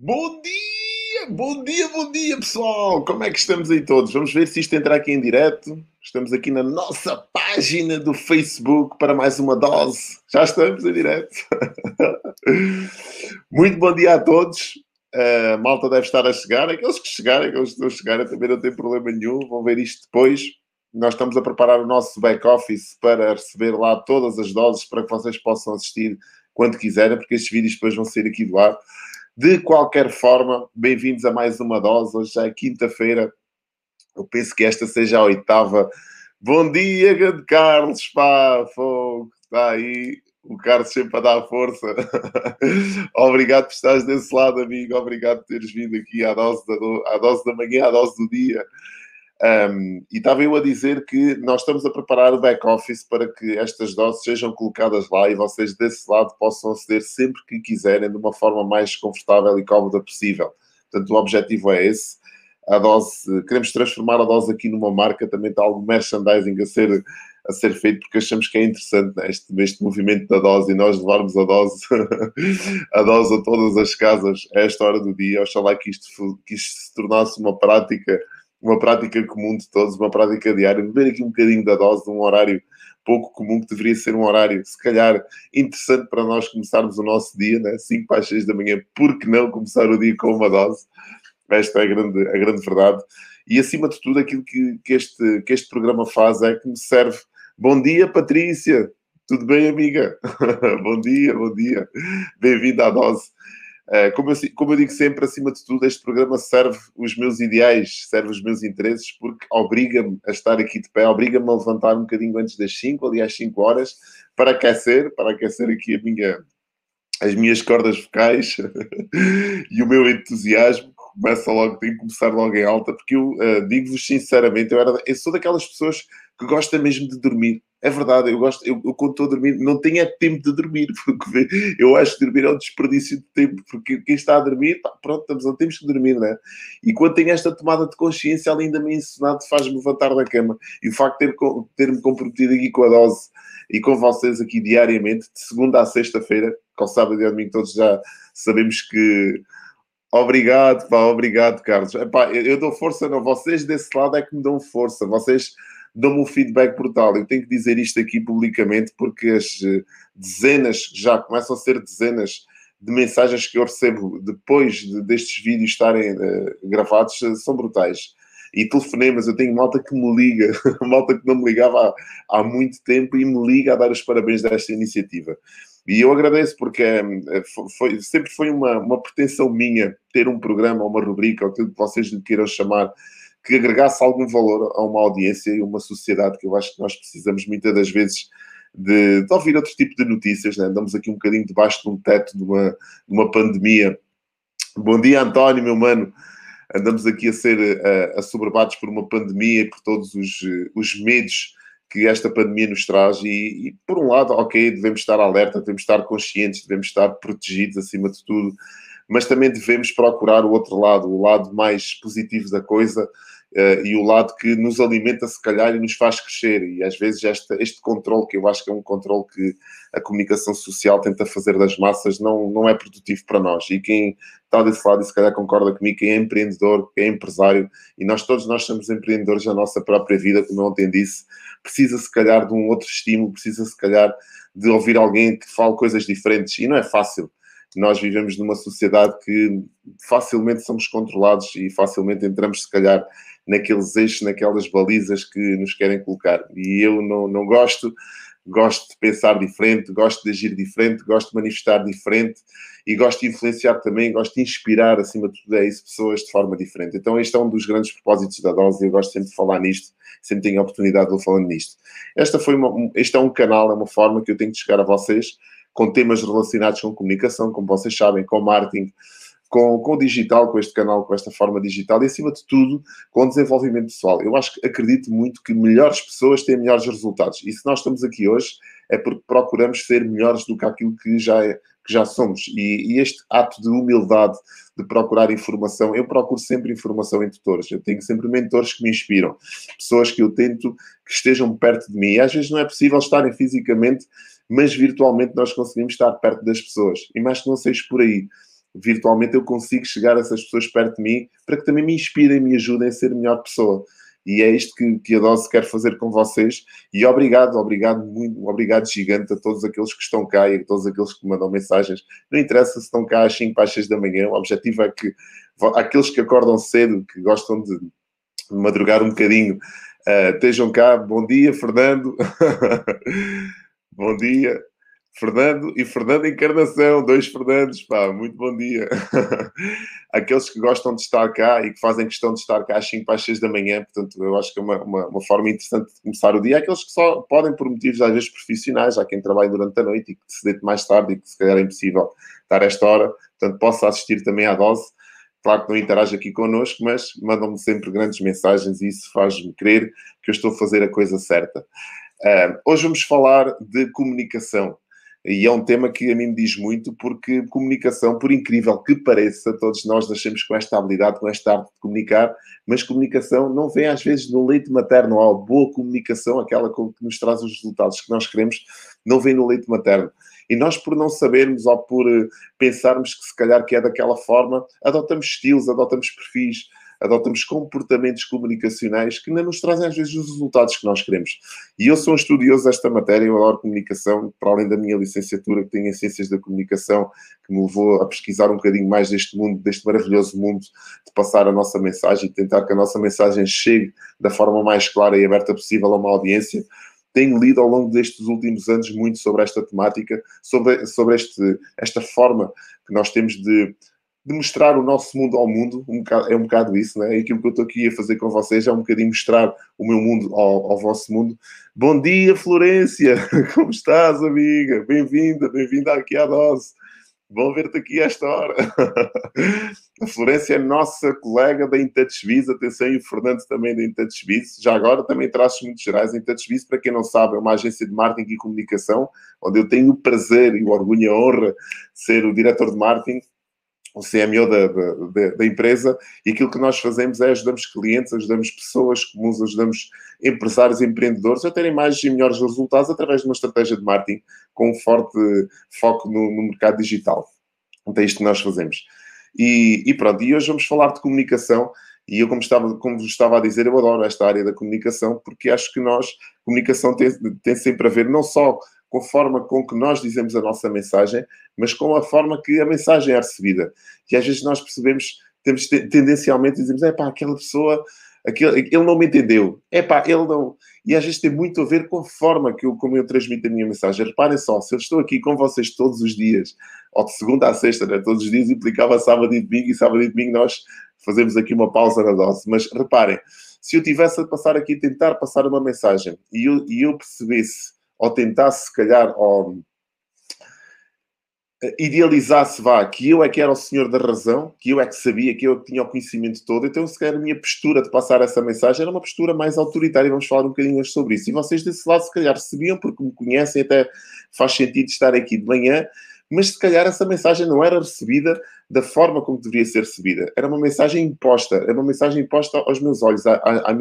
Bom dia, bom dia, pessoal! Como é que estamos aí todos? Vamos ver se isto entra aqui em direto. Estamos aqui na nossa página do Facebook para mais uma dose. Já estamos em direto. Muito bom dia a todos. A malta deve estar a chegar. Aqueles que chegarem, aqueles que estão a chegar, também não tem problema nenhum. Vão ver isto depois. Nós estamos a preparar o nosso back-office para receber lá todas as doses para que vocês possam assistir quando quiserem, porque estes vídeos depois vão sair aqui do ar. De qualquer forma, bem-vindos a mais uma dose. Hoje já é quinta-feira. Eu penso que esta seja a oitava. Bom dia, grande Carlos, pá, fogo, está aí. O Carlos sempre a dar força. Obrigado por estares desse lado, amigo. Obrigado por teres vindo aqui à dose da manhã, à dose do dia. E estava eu a dizer que nós estamos a preparar o back-office para que estas doses sejam colocadas lá e vocês desse lado possam aceder sempre que quiserem, de uma forma mais confortável e cómoda possível. Portanto, o objetivo é esse. A dose, queremos transformar a dose aqui numa marca, também está algum merchandising a ser feito, porque achamos que é interessante, né, este movimento da dose e nós levarmos a dose, a dose a todas as casas a esta hora do dia. Oxalá que isto se tornasse uma prática comum de todos, uma prática diária, beber aqui um bocadinho da dose de um horário pouco comum, que deveria ser um horário, se calhar, interessante para nós começarmos o nosso dia, né? 5 para as 6 da manhã, por que não começar o dia com uma dose? Esta é a grande verdade. E, acima de tudo, aquilo que este programa faz é que me serve. Bom dia, Patrícia! Tudo bem, amiga? Bom dia, bom dia. Bem-vinda à dose. Como eu digo sempre, acima de tudo, este programa serve os meus ideais, serve os meus interesses, porque obriga-me a estar aqui de pé, obriga-me a levantar um bocadinho antes das 5, ali às 5 horas, para aquecer aqui as minhas cordas vocais e o meu entusiasmo. Tem que começar logo em alta, porque eu digo-vos sinceramente, eu sou daquelas pessoas que gosta mesmo de dormir. É verdade, eu quando estou a dormir, não tenho é tempo de dormir, porque eu acho que dormir é um desperdício de tempo, porque quem está a dormir, pá, pronto, temos que dormir, não é? E quando tenho esta tomada de consciência, além da minha insonante, faz-me levantar da cama. E o facto de ter-me comprometido aqui com a dose e com vocês aqui diariamente, de segunda a sexta-feira, com sábado e domingo todos já sabemos que... Obrigado, pá, obrigado, Carlos. Epá, eu dou força, não. Vocês desse lado é que me dão força. Vocês dão-me um feedback brutal. Eu tenho que dizer isto aqui publicamente porque as dezenas, já começam a ser dezenas de mensagens que eu recebo depois destes vídeos estarem gravados, são brutais. E telefonemas, eu tenho malta que me liga, malta que não me ligava há muito tempo e me liga a dar os parabéns desta iniciativa. E eu agradeço porque sempre foi uma pretensão minha ter um programa, uma rubrica, ou aquilo que vocês lhe queiram chamar, que agregasse algum valor a uma audiência e uma sociedade, que eu acho que nós precisamos muitas das vezes de ouvir outro tipo de notícias, né? Andamos aqui um bocadinho debaixo de um teto de uma pandemia. Bom dia, António, meu mano. Andamos aqui a ser assoberbados por uma pandemia e por todos os medos que esta pandemia nos traz e, por um lado, ok, devemos estar alerta, devemos estar conscientes, devemos estar protegidos acima de tudo, mas também devemos procurar o outro lado, o lado mais positivo da coisa e o lado que nos alimenta, se calhar, e nos faz crescer. E, às vezes, este controle, que eu acho que é um controle que a comunicação social tenta fazer das massas, não é produtivo para nós. E quem está desse lado, e se calhar concorda comigo, quem é empreendedor, quem é empresário, e todos nós somos empreendedores da nossa própria vida, como eu ontem disse, precisa, se calhar, de um outro estímulo, precisa, se calhar, de ouvir alguém que fale coisas diferentes. E não é fácil. Nós vivemos numa sociedade que facilmente somos controlados e facilmente entramos, se calhar, naqueles eixos, naquelas balizas que nos querem colocar. E eu não gosto de pensar diferente, gosto de agir diferente, gosto de manifestar diferente e gosto de influenciar também, gosto de inspirar, acima de tudo, pessoas de forma diferente. Então este é um dos grandes propósitos da dose e eu gosto sempre de falar nisto, sempre tenho a oportunidade de falar nisto. Este é um canal, é uma forma que eu tenho de chegar a vocês com temas relacionados com comunicação, como vocês sabem, com marketing, com o digital, com este canal, com esta forma digital e, acima de tudo, com o desenvolvimento pessoal. Eu acredito muito que melhores pessoas têm melhores resultados. E se nós estamos aqui hoje é porque procuramos ser melhores do que aquilo que já somos. E este ato de humildade, de procurar informação, eu procuro sempre informação em tutores. Eu tenho sempre mentores que me inspiram. Pessoas que eu tento que estejam perto de mim. E às vezes não é possível estarem fisicamente, mas virtualmente nós conseguimos estar perto das pessoas. E mais que não seja por aí. virtualmente eu consigo chegar a essas pessoas perto de mim para que também me inspirem, me ajudem a ser a melhor pessoa. E é isto que a Dose quer fazer com vocês. E obrigado, muito obrigado gigante a todos aqueles que estão cá e a todos aqueles que me mandam mensagens. Não interessa se estão cá às 5 para as 6 da manhã, o objetivo é que aqueles que acordam cedo, que gostam de madrugar um bocadinho, estejam cá. Bom dia, Fernando. Bom dia. Fernando e Fernando Encarnação, 2 Fernandes, pá, muito bom dia. Aqueles que gostam de estar cá e que fazem questão de estar cá às 5 para as 6 da manhã, portanto, eu acho que é uma forma interessante de começar o dia. Aqueles que só podem, por motivos às vezes profissionais, há quem trabalhe durante a noite e que se deite mais tarde e que se calhar é impossível estar a esta hora, portanto, possa assistir também à dose. Claro que não interage aqui connosco, mas mandam-me sempre grandes mensagens e isso faz-me crer que eu estou a fazer a coisa certa. Hoje vamos falar de comunicação. E é um tema que a mim me diz muito, porque comunicação, por incrível que pareça, todos nós nascemos com esta habilidade, com esta arte de comunicar, mas comunicação não vem às vezes no leite materno. Ou a boa comunicação, aquela que nos traz os resultados que nós queremos, não vem no leite materno. E nós, por não sabermos ou por pensarmos que se calhar que é daquela forma, adotamos estilos, adotamos perfis, adotamos comportamentos comunicacionais que não nos trazem às vezes os resultados que nós queremos. E eu sou um estudioso desta matéria, eu adoro comunicação, para além da minha licenciatura que tenho em Ciências da Comunicação, que me levou a pesquisar um bocadinho mais deste mundo, deste maravilhoso mundo, de passar a nossa mensagem e tentar que a nossa mensagem chegue da forma mais clara e aberta possível a uma audiência. Tenho lido ao longo destes últimos anos muito sobre esta temática, sobre esta forma que nós temos de mostrar o nosso mundo ao mundo. É um bocado isso, não é? Aquilo que eu estou aqui a fazer com vocês é um bocadinho mostrar o meu mundo ao vosso mundo. Bom dia, Florência! Como estás, amiga? Bem-vinda aqui à Dose. Bom ver-te aqui a esta hora. A Florência é nossa colega da InTouchBiz, atenção, e o Fernando também da InTouchBiz. Já agora também traços muito gerais. A InTouchBiz, para quem não sabe, é uma agência de marketing e comunicação, onde eu tenho o prazer e o orgulho e a honra de ser o diretor de marketing, o CMO da empresa, e aquilo que nós fazemos é ajudamos clientes, ajudamos pessoas comuns, ajudamos empresários e empreendedores a terem mais e melhores resultados através de uma estratégia de marketing com um forte foco no mercado digital. Então é isto que nós fazemos. E pronto, e hoje vamos falar de comunicação. E eu, como vos estava a dizer, eu adoro esta área da comunicação, porque acho que comunicação tem sempre a ver não só com a forma com que nós dizemos a nossa mensagem, mas com a forma que a mensagem é recebida. E às vezes nós percebemos, temos tendencialmente, dizemos, aquela pessoa, ele não me entendeu. Ele não... E às vezes tem muito a ver com a forma como eu transmito a minha mensagem. Reparem só, se eu estou aqui com vocês todos os dias, ou de segunda a sexta, né? Todos os dias implicava sábado e domingo, e sábado e domingo nós fazemos aqui uma pausa na dose. Mas reparem, se eu tivesse a passar aqui, tentar passar uma mensagem, e eu percebesse, ou tentasse, se calhar, ou idealizasse, que eu é que era o senhor da razão, que eu é que sabia, que eu é que tinha o conhecimento todo, então, se calhar, a minha postura de passar essa mensagem era uma postura mais autoritária. Vamos falar um bocadinho hoje sobre isso. E vocês desse lado, se calhar, recebiam, porque me conhecem, até faz sentido estar aqui de manhã, mas se calhar essa mensagem não era recebida da forma como deveria ser recebida. Era uma mensagem imposta, aos meus olhos, à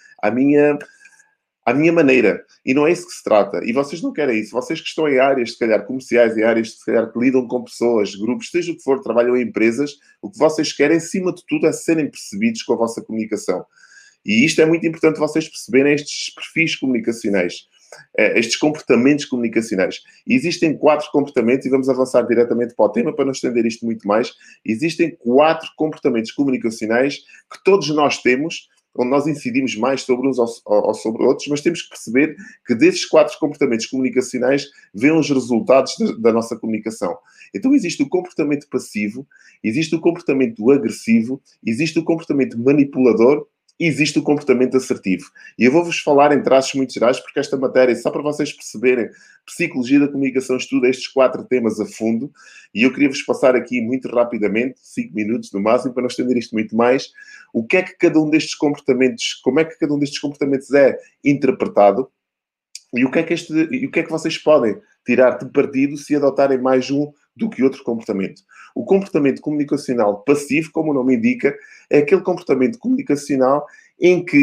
minha maneira. E não é isso que se trata. E vocês não querem isso. Vocês que estão em áreas, se calhar, comerciais, em áreas, se calhar, que lidam com pessoas, grupos, seja o que for, trabalham em empresas, o que vocês querem, acima de tudo, é serem percebidos com a vossa comunicação. E isto é muito importante vocês perceberem, estes perfis comunicacionais, estes comportamentos comunicacionais. E existem 4 comportamentos, e vamos avançar diretamente para o tema, para não estender isto muito mais. Existem 4 comportamentos comunicacionais que todos nós temos, onde nós incidimos mais sobre uns ou sobre outros, mas temos que perceber que desses 4 comportamentos comunicacionais vêm os resultados da nossa comunicação. Então existe o comportamento passivo, existe o comportamento agressivo, existe o comportamento manipulador e existe o comportamento assertivo. E eu vou-vos falar em traços muito gerais, porque esta matéria, só para vocês perceberem, Psicologia da Comunicação estuda estes 4 temas a fundo, e eu queria-vos passar aqui muito rapidamente, 5 minutos no máximo, para não estender isto muito mais, o que é que cada um destes comportamentos, como é que cada um destes comportamentos é interpretado, e o que é que vocês podem tirar de partido se adotarem mais um do que outro comportamento. O comportamento comunicacional passivo, como o nome indica, é aquele comportamento comunicacional em que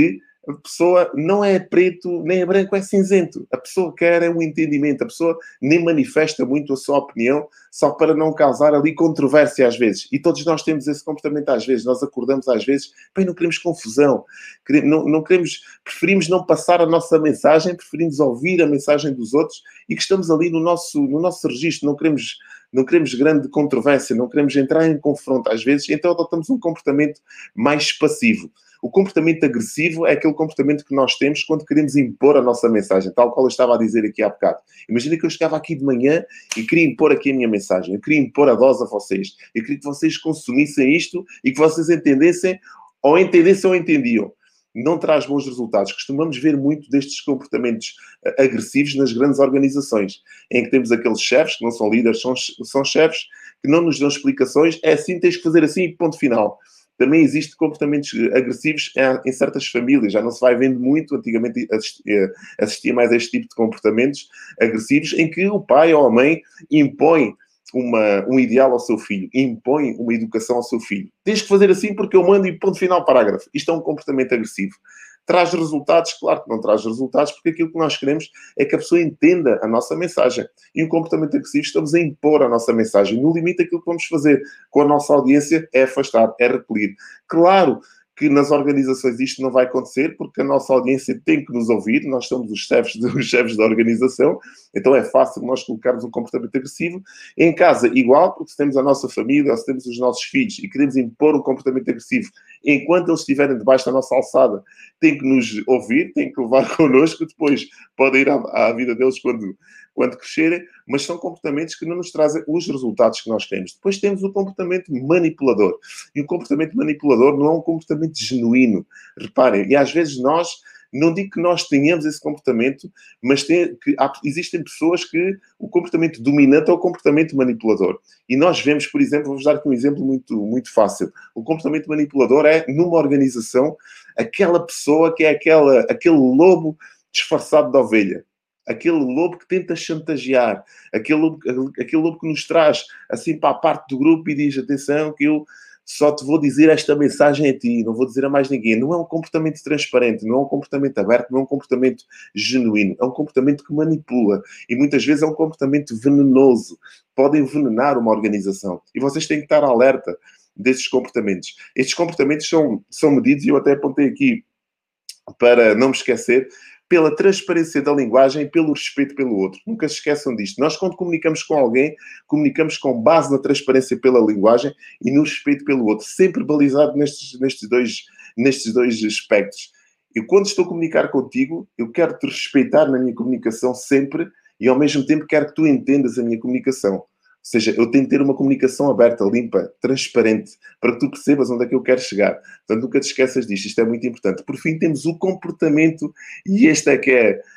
a pessoa não é preto, nem é branco, é cinzento. A pessoa quer é um entendimento. A pessoa nem manifesta muito a sua opinião só para não causar ali controvérsia às vezes. E todos nós temos esse comportamento às vezes. Nós acordamos às vezes, bem, não queremos confusão. Não queremos, preferimos não passar a nossa mensagem, preferimos ouvir a mensagem dos outros e que estamos ali no nosso registro. Não queremos grande controvérsia, não queremos entrar em confronto às vezes, então adotamos um comportamento mais passivo. O comportamento agressivo é aquele comportamento que nós temos quando queremos impor a nossa mensagem, tal qual eu estava a dizer aqui há bocado. Imagina que eu chegava aqui de manhã e queria impor aqui a minha mensagem, eu queria impor a dose a vocês, eu queria que vocês consumissem isto e que vocês entendessem ou entendiam. Não traz bons resultados. Costumamos ver muito destes comportamentos agressivos nas grandes organizações, em que temos aqueles chefes que não são líderes, são chefes que não nos dão explicações. É assim, tens que fazer assim e ponto final. Também existem comportamentos agressivos em certas famílias. Já não se vai vendo muito. Antigamente assistia mais a este tipo de comportamentos agressivos em que o pai ou a mãe impõe um ideal ao seu filho, impõe uma educação ao seu filho. Tens que fazer assim porque eu mando e ponto final, parágrafo. Isto é um comportamento agressivo. Traz resultados? Claro que não traz resultados, porque aquilo que nós queremos é que a pessoa entenda a nossa mensagem. E o comportamento agressivo, estamos a impor a nossa mensagem. No limite, aquilo que vamos fazer com a nossa audiência é afastar, é repelir. Claro que nas organizações isto não vai acontecer, porque a nossa audiência tem que nos ouvir, nós somos os chefes da organização, então é fácil nós colocarmos um comportamento agressivo. Em casa, igual, porque se temos a nossa família ou se temos os nossos filhos e queremos impor um comportamento agressivo, enquanto eles estiverem debaixo da nossa alçada, tem que nos ouvir, tem que levar connosco, depois podem ir à vida deles quando crescerem, mas são comportamentos que não nos trazem os resultados que nós queremos. Depois temos o comportamento manipulador. E o comportamento manipulador não é um comportamento genuíno. Reparem, e às vezes nós, não digo que nós tenhamos esse comportamento, mas existem pessoas que o comportamento dominante é o comportamento manipulador. E nós vemos, por exemplo, vou-vos dar aqui um exemplo muito, muito fácil. O comportamento manipulador é, numa organização, aquela pessoa que é aquele lobo disfarçado de ovelha. Aquele lobo que tenta chantagear, aquele lobo que nos traz assim para a parte do grupo e diz, atenção, que eu só te vou dizer esta mensagem a ti, não vou dizer a mais ninguém. Não é um comportamento transparente, não é um comportamento aberto, não é um comportamento genuíno, é um comportamento que manipula e muitas vezes é um comportamento venenoso. Pode envenenar uma organização e vocês têm que estar alerta desses comportamentos. Estes comportamentos são medidos e eu até apontei aqui para não me esquecer, pela transparência da linguagem e pelo respeito pelo outro. Nunca se esqueçam disto. Nós, quando comunicamos com alguém, comunicamos com base na transparência pela linguagem e no respeito pelo outro. Sempre balizado nestes dois aspectos. Eu, quando estou a comunicar contigo, eu quero te respeitar na minha comunicação sempre e, ao mesmo tempo, quero que tu entendas a minha comunicação. Ou seja, eu tenho que ter uma comunicação aberta, limpa, transparente, para que tu percebas onde é que eu quero chegar. Portanto, nunca te esqueças disto. Isto é muito importante. Por fim, temos o comportamento, e este é que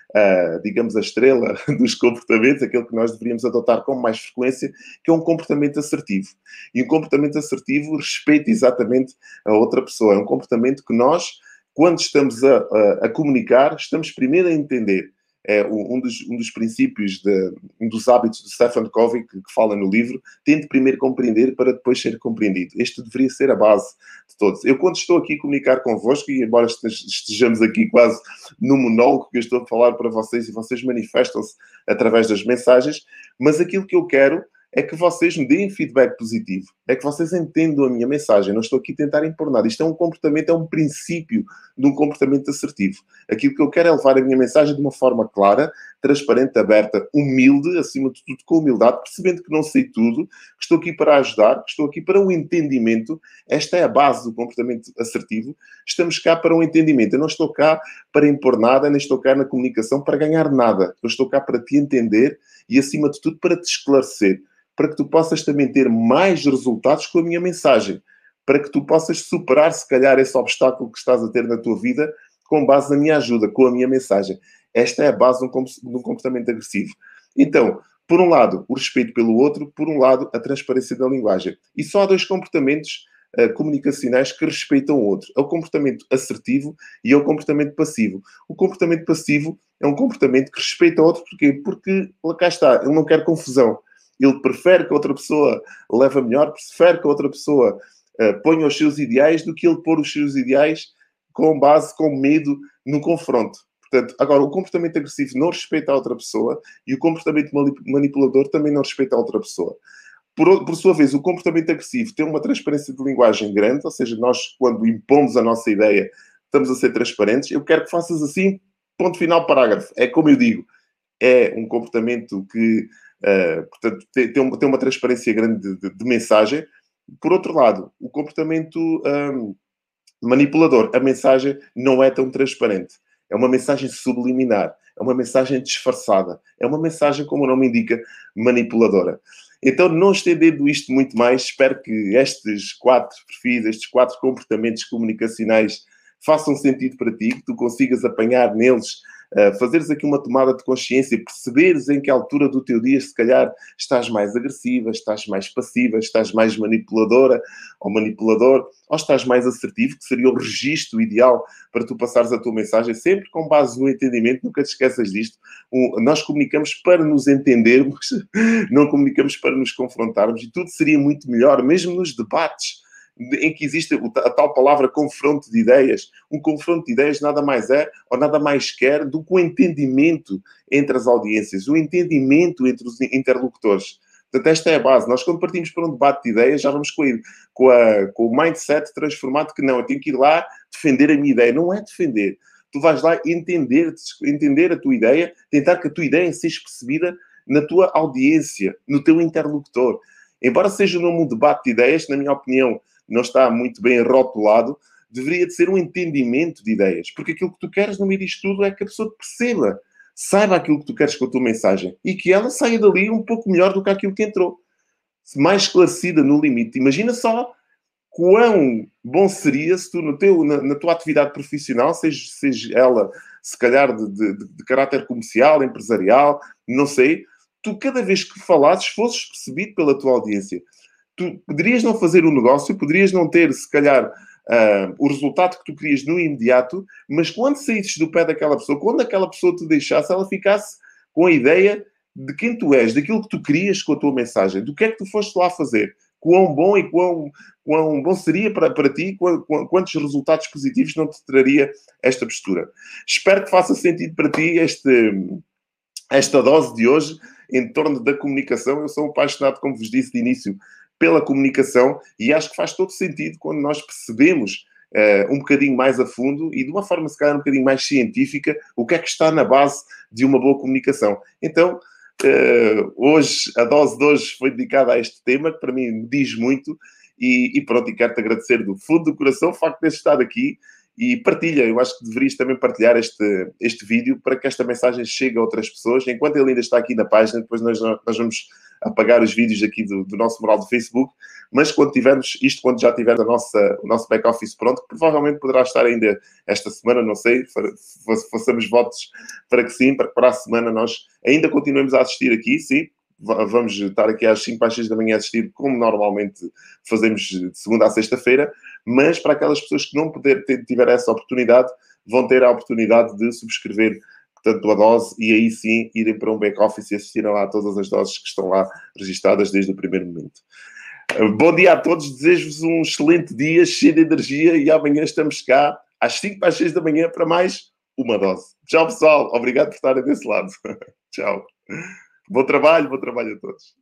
é, digamos, a estrela dos comportamentos, aquele que nós deveríamos adotar com mais frequência, que é um comportamento assertivo. E um comportamento assertivo respeita exatamente a outra pessoa. É um comportamento que nós, quando estamos a comunicar, estamos primeiro a entender. É um dos princípios, um dos hábitos de Stephen Covey, que fala no livro, tente primeiro compreender para depois ser compreendido. Este deveria ser a base de todos. Eu, quando estou aqui a comunicar convosco, e embora estejamos aqui quase no monólogo que eu estou a falar para vocês, e vocês manifestam-se através das mensagens, mas aquilo que eu quero é que vocês me deem feedback positivo, é que vocês entendam a minha mensagem. Não estou aqui a tentar impor nada. Isto é um comportamento, é um princípio de um comportamento assertivo. Aquilo que eu quero é levar a minha mensagem de uma forma clara, transparente, aberta, humilde, acima de tudo com humildade, percebendo que não sei tudo, que estou aqui para ajudar, que estou aqui para um entendimento. Esta é a base do comportamento assertivo. Estamos cá para um entendimento. Eu não estou cá para impor nada, nem estou cá na comunicação para ganhar nada. Eu estou cá para te entender e, acima de tudo, para te esclarecer, para que tu possas também ter mais resultados com a minha mensagem, para que tu possas superar, se calhar, esse obstáculo que estás a ter na tua vida com base na minha ajuda, com a minha mensagem. Esta é a base de um comportamento agressivo. Então, por um lado, o respeito pelo outro, por um lado, a transparência da linguagem. E só há dois comportamentos comunicacionais que respeitam o outro. É o comportamento assertivo e é o comportamento passivo. O comportamento passivo é um comportamento que respeita o outro. Porquê? Porque, lá cá está, ele não quer confusão. Ele prefere que a outra pessoa leve melhor, prefere que a outra pessoa ponha os seus ideais do que ele pôr os seus ideais com medo no confronto. Portanto, agora, o comportamento agressivo não respeita a outra pessoa e o comportamento manipulador também não respeita a outra pessoa. Por sua vez, o comportamento agressivo tem uma transparência de linguagem grande, ou seja, nós, quando impomos a nossa ideia, estamos a ser transparentes. Eu quero que faças assim, ponto final, parágrafo. É como eu digo, é um comportamento que, portanto, tem uma transparência grande de mensagem. Por outro lado, o comportamento manipulador, a mensagem não é tão transparente. É uma mensagem subliminar, é uma mensagem disfarçada, é uma mensagem, como o nome indica, manipuladora. Então, não estendendo isto muito mais, espero que estes 4 perfis, estes 4 comportamentos comunicacionais façam sentido para ti, que tu consigas apanhar neles, fazeres aqui uma tomada de consciência, perceberes em que altura do teu dia, se calhar, estás mais agressiva, estás mais passiva, estás mais manipuladora ou manipulador, ou estás mais assertivo, que seria o registro ideal para tu passares a tua mensagem, sempre com base no entendimento. Nunca te esqueças disto. Nós comunicamos para nos entendermos, não comunicamos para nos confrontarmos, e tudo seria muito melhor, mesmo nos debates em que existe a tal palavra confronto de ideias. Um confronto de ideias nada mais é, ou nada mais quer, do que o entendimento entre as audiências, o entendimento entre os interlocutores. Portanto, esta é a base. Nós, quando partimos para um debate de ideias, já vamos com o mindset transformado que não, eu tenho que ir lá defender a minha ideia. Não é defender. Tu vais lá entender a tua ideia, tentar que a tua ideia seja percebida na tua audiência, no teu interlocutor. Embora seja num debate de ideias, na minha opinião, não está muito bem rotulado, deveria de ser um entendimento de ideias. Porque aquilo que tu queres no meio disto tudo é que a pessoa te perceba, saiba aquilo que tu queres com a tua mensagem e que ela saia dali um pouco melhor do que aquilo que entrou. Mais esclarecida no limite. Imagina só quão bom seria se tu na tua atividade profissional, seja ela, se calhar, de caráter comercial, empresarial, não sei, tu cada vez que falasses fosses percebido pela tua audiência. Tu poderias não fazer o negócio, poderias não ter, se calhar, o resultado que tu querias no imediato, mas quando saísses do pé daquela pessoa, quando aquela pessoa te deixasse, ela ficasse com a ideia de quem tu és, daquilo que tu querias com a tua mensagem, do que é que tu foste lá fazer, quão bom e quão bom seria para ti, quantos resultados positivos não te traria esta postura. Espero que faça sentido para ti esta dose de hoje em torno da comunicação. Eu sou apaixonado, como vos disse de início, pela comunicação e acho que faz todo sentido quando nós percebemos um bocadinho mais a fundo e de uma forma, se calhar, um bocadinho mais científica, o que é que está na base de uma boa comunicação. Então, hoje, a dose de hoje foi dedicada a este tema, que para mim me diz muito, e pronto, e quero-te agradecer do fundo do coração o facto de teres estado aqui. E partilha, eu acho que deverias também partilhar este vídeo para que esta mensagem chegue a outras pessoas. Enquanto ele ainda está aqui na página, depois nós vamos apagar os vídeos aqui do nosso mural do Facebook, mas quando já tivermos o nosso back-office pronto, que provavelmente poderá estar ainda esta semana, não sei, façamos votos para que sim, para que para a semana nós ainda continuemos a assistir aqui, sim. Vamos estar aqui às 5 às 6 da manhã a assistir, como normalmente fazemos de segunda a sexta-feira, mas para aquelas pessoas que não tiver essa oportunidade, vão ter a oportunidade de subscrever, portanto, a dose e aí sim irem para um back-office e assistirem lá a todas as doses que estão lá registadas desde o primeiro momento. Bom dia a todos, desejo-vos um excelente dia, cheio de energia e amanhã estamos cá às 5 às 6 da manhã para mais uma dose. Tchau, pessoal. Obrigado por estarem desse lado. Tchau. Bom trabalho a todos.